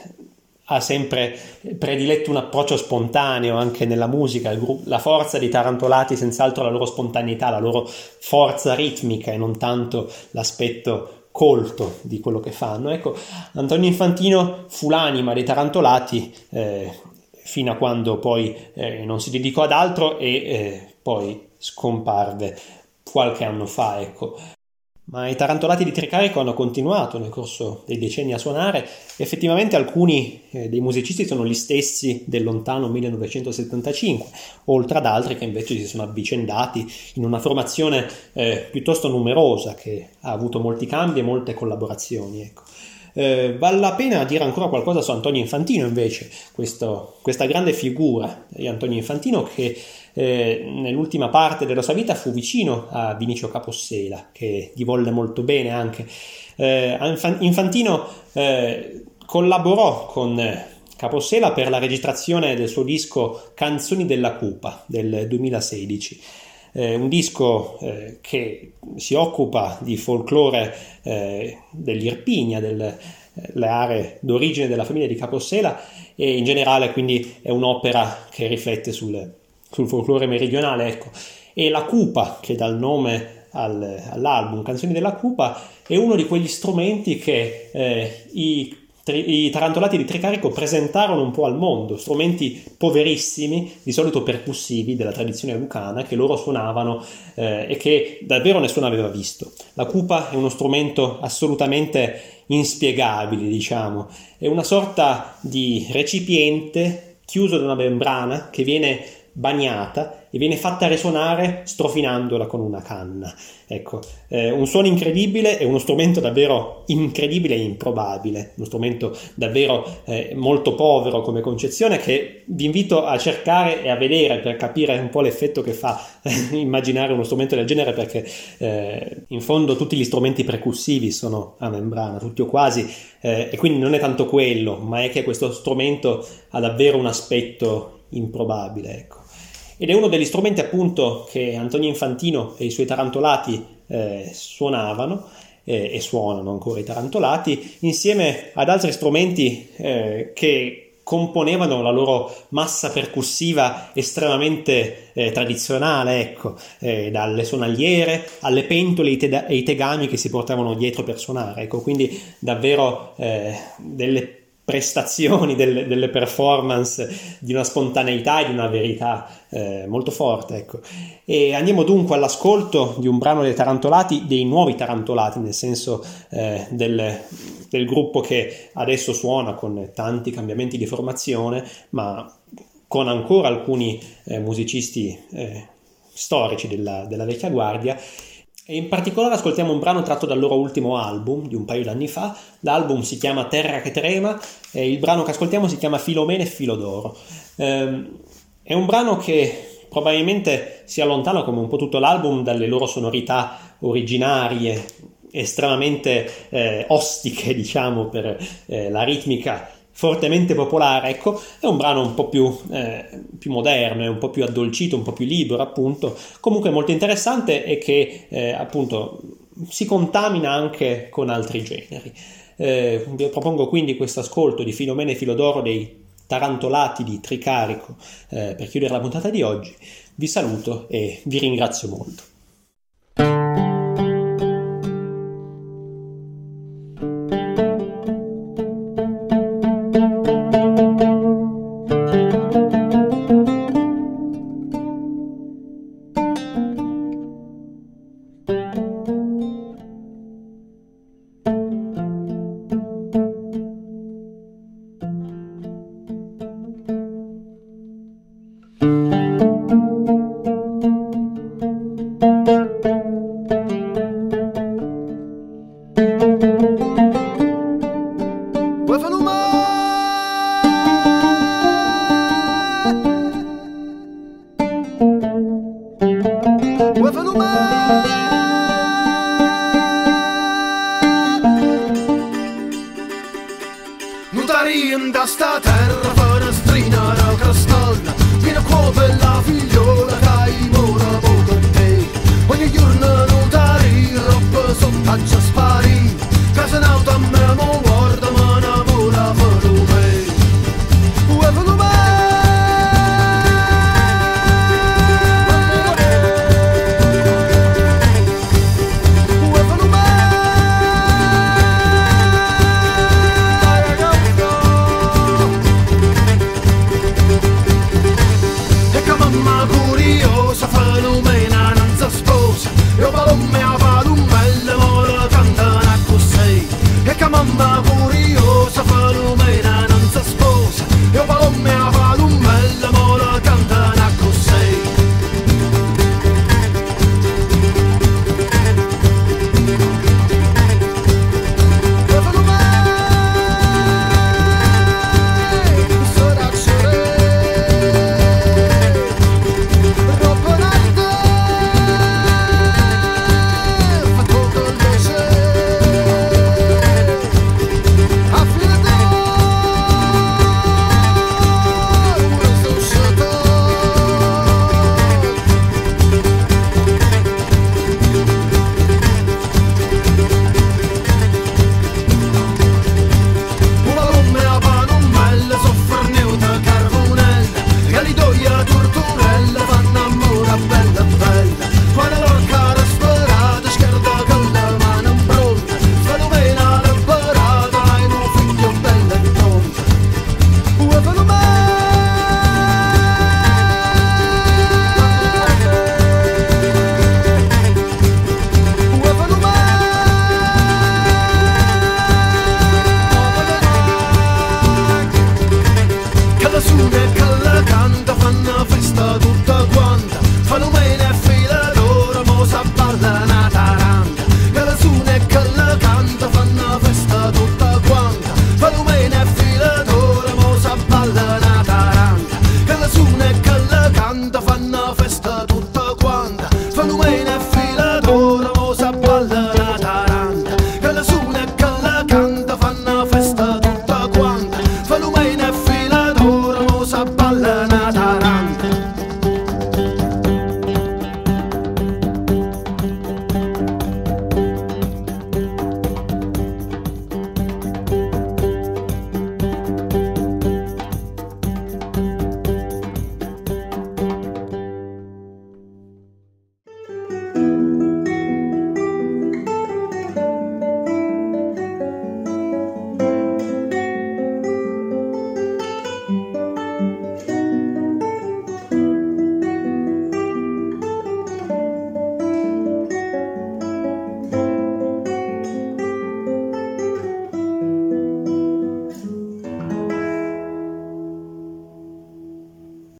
ha sempre prediletto un approccio spontaneo anche nella musica. La forza dei Tarantolati è senz'altro la loro spontaneità, la loro forza ritmica e non tanto l'aspetto colto di quello che fanno. Ecco, Antonio Infantino fu l'anima dei Tarantolati fino a quando poi non si dedicò ad altro e poi scomparve qualche anno fa, ecco. Ma i Tarantolati di Tricarico hanno continuato nel corso dei decenni a suonare. Effettivamente alcuni dei musicisti sono gli stessi del lontano 1975, oltre ad altri che invece si sono avvicendati in una formazione piuttosto numerosa, che ha avuto molti cambi e molte collaborazioni, ecco. Vale la pena dire ancora qualcosa su Antonio Infantino invece, questa grande figura di Antonio Infantino che nell'ultima parte della sua vita fu vicino a Vinicio Capossela, che gli volle molto bene anche. Infantino collaborò con Capossela per la registrazione del suo disco Canzoni della Cupa del 2016. Un disco che si occupa di folklore dell'Irpinia, delle aree d'origine della famiglia di Capossela, e in generale quindi è un'opera che riflette sul folklore meridionale, ecco. E la cupa, che dà il nome all'album Canzoni della Cupa, è uno di quegli strumenti che i Tarantolati di Tricarico presentarono un po' al mondo, strumenti poverissimi, di solito percussivi della tradizione lucana, che loro suonavano e che davvero nessuno aveva visto. La cupa è uno strumento assolutamente inspiegabile, diciamo, è una sorta di recipiente chiuso da una membrana che viene bagnata e viene fatta risuonare strofinandola con una canna. Ecco, un suono incredibile, è uno strumento davvero incredibile e improbabile, uno strumento davvero molto povero come concezione, che vi invito a cercare e a vedere per capire un po' l'effetto che fa immaginare uno strumento del genere, perché in fondo tutti gli strumenti percussivi sono a membrana, tutti o quasi, e quindi non è tanto quello, ma è che questo strumento ha davvero un aspetto improbabile, ecco. Ed è uno degli strumenti appunto che Antonio Infantino e i suoi Tarantolati suonavano e suonano ancora i Tarantolati, insieme ad altri strumenti che componevano la loro massa percussiva estremamente tradizionale, ecco, dalle sonagliere alle pentole e i tegami che si portavano dietro per suonare, ecco, quindi davvero delle prestazioni, delle performance di una spontaneità e di una verità molto forte, ecco. E andiamo dunque all'ascolto di un brano dei Tarantolati, dei nuovi Tarantolati, nel senso del gruppo che adesso suona con tanti cambiamenti di formazione, ma con ancora alcuni musicisti storici della vecchia guardia. E in particolare ascoltiamo un brano tratto dal loro ultimo album di un paio d'anni fa. L'album si chiama Terra che trema e il brano che ascoltiamo si chiama Filomena e Filo d'oro. È un brano che probabilmente si allontana, come un po' tutto l'album, dalle loro sonorità originarie, estremamente ostiche, diciamo, per la ritmica fortemente popolare, ecco. È un brano un po' più moderno, è un po' più addolcito, un po' più libero, appunto, comunque molto interessante e che appunto si contamina anche con altri generi. Vi propongo quindi questo ascolto di Filomena e Filo d'oro dei Tarantolati di Tricarico per chiudere la puntata di oggi. Vi saluto e vi ringrazio molto. mamma curiosa, fenomena non si sposa. Io palomme a palumelle, mo la cantano così. E che mamma curiosa, fenomena non si sposa. Io palomme a palumelle, mo la cantano così. Fanno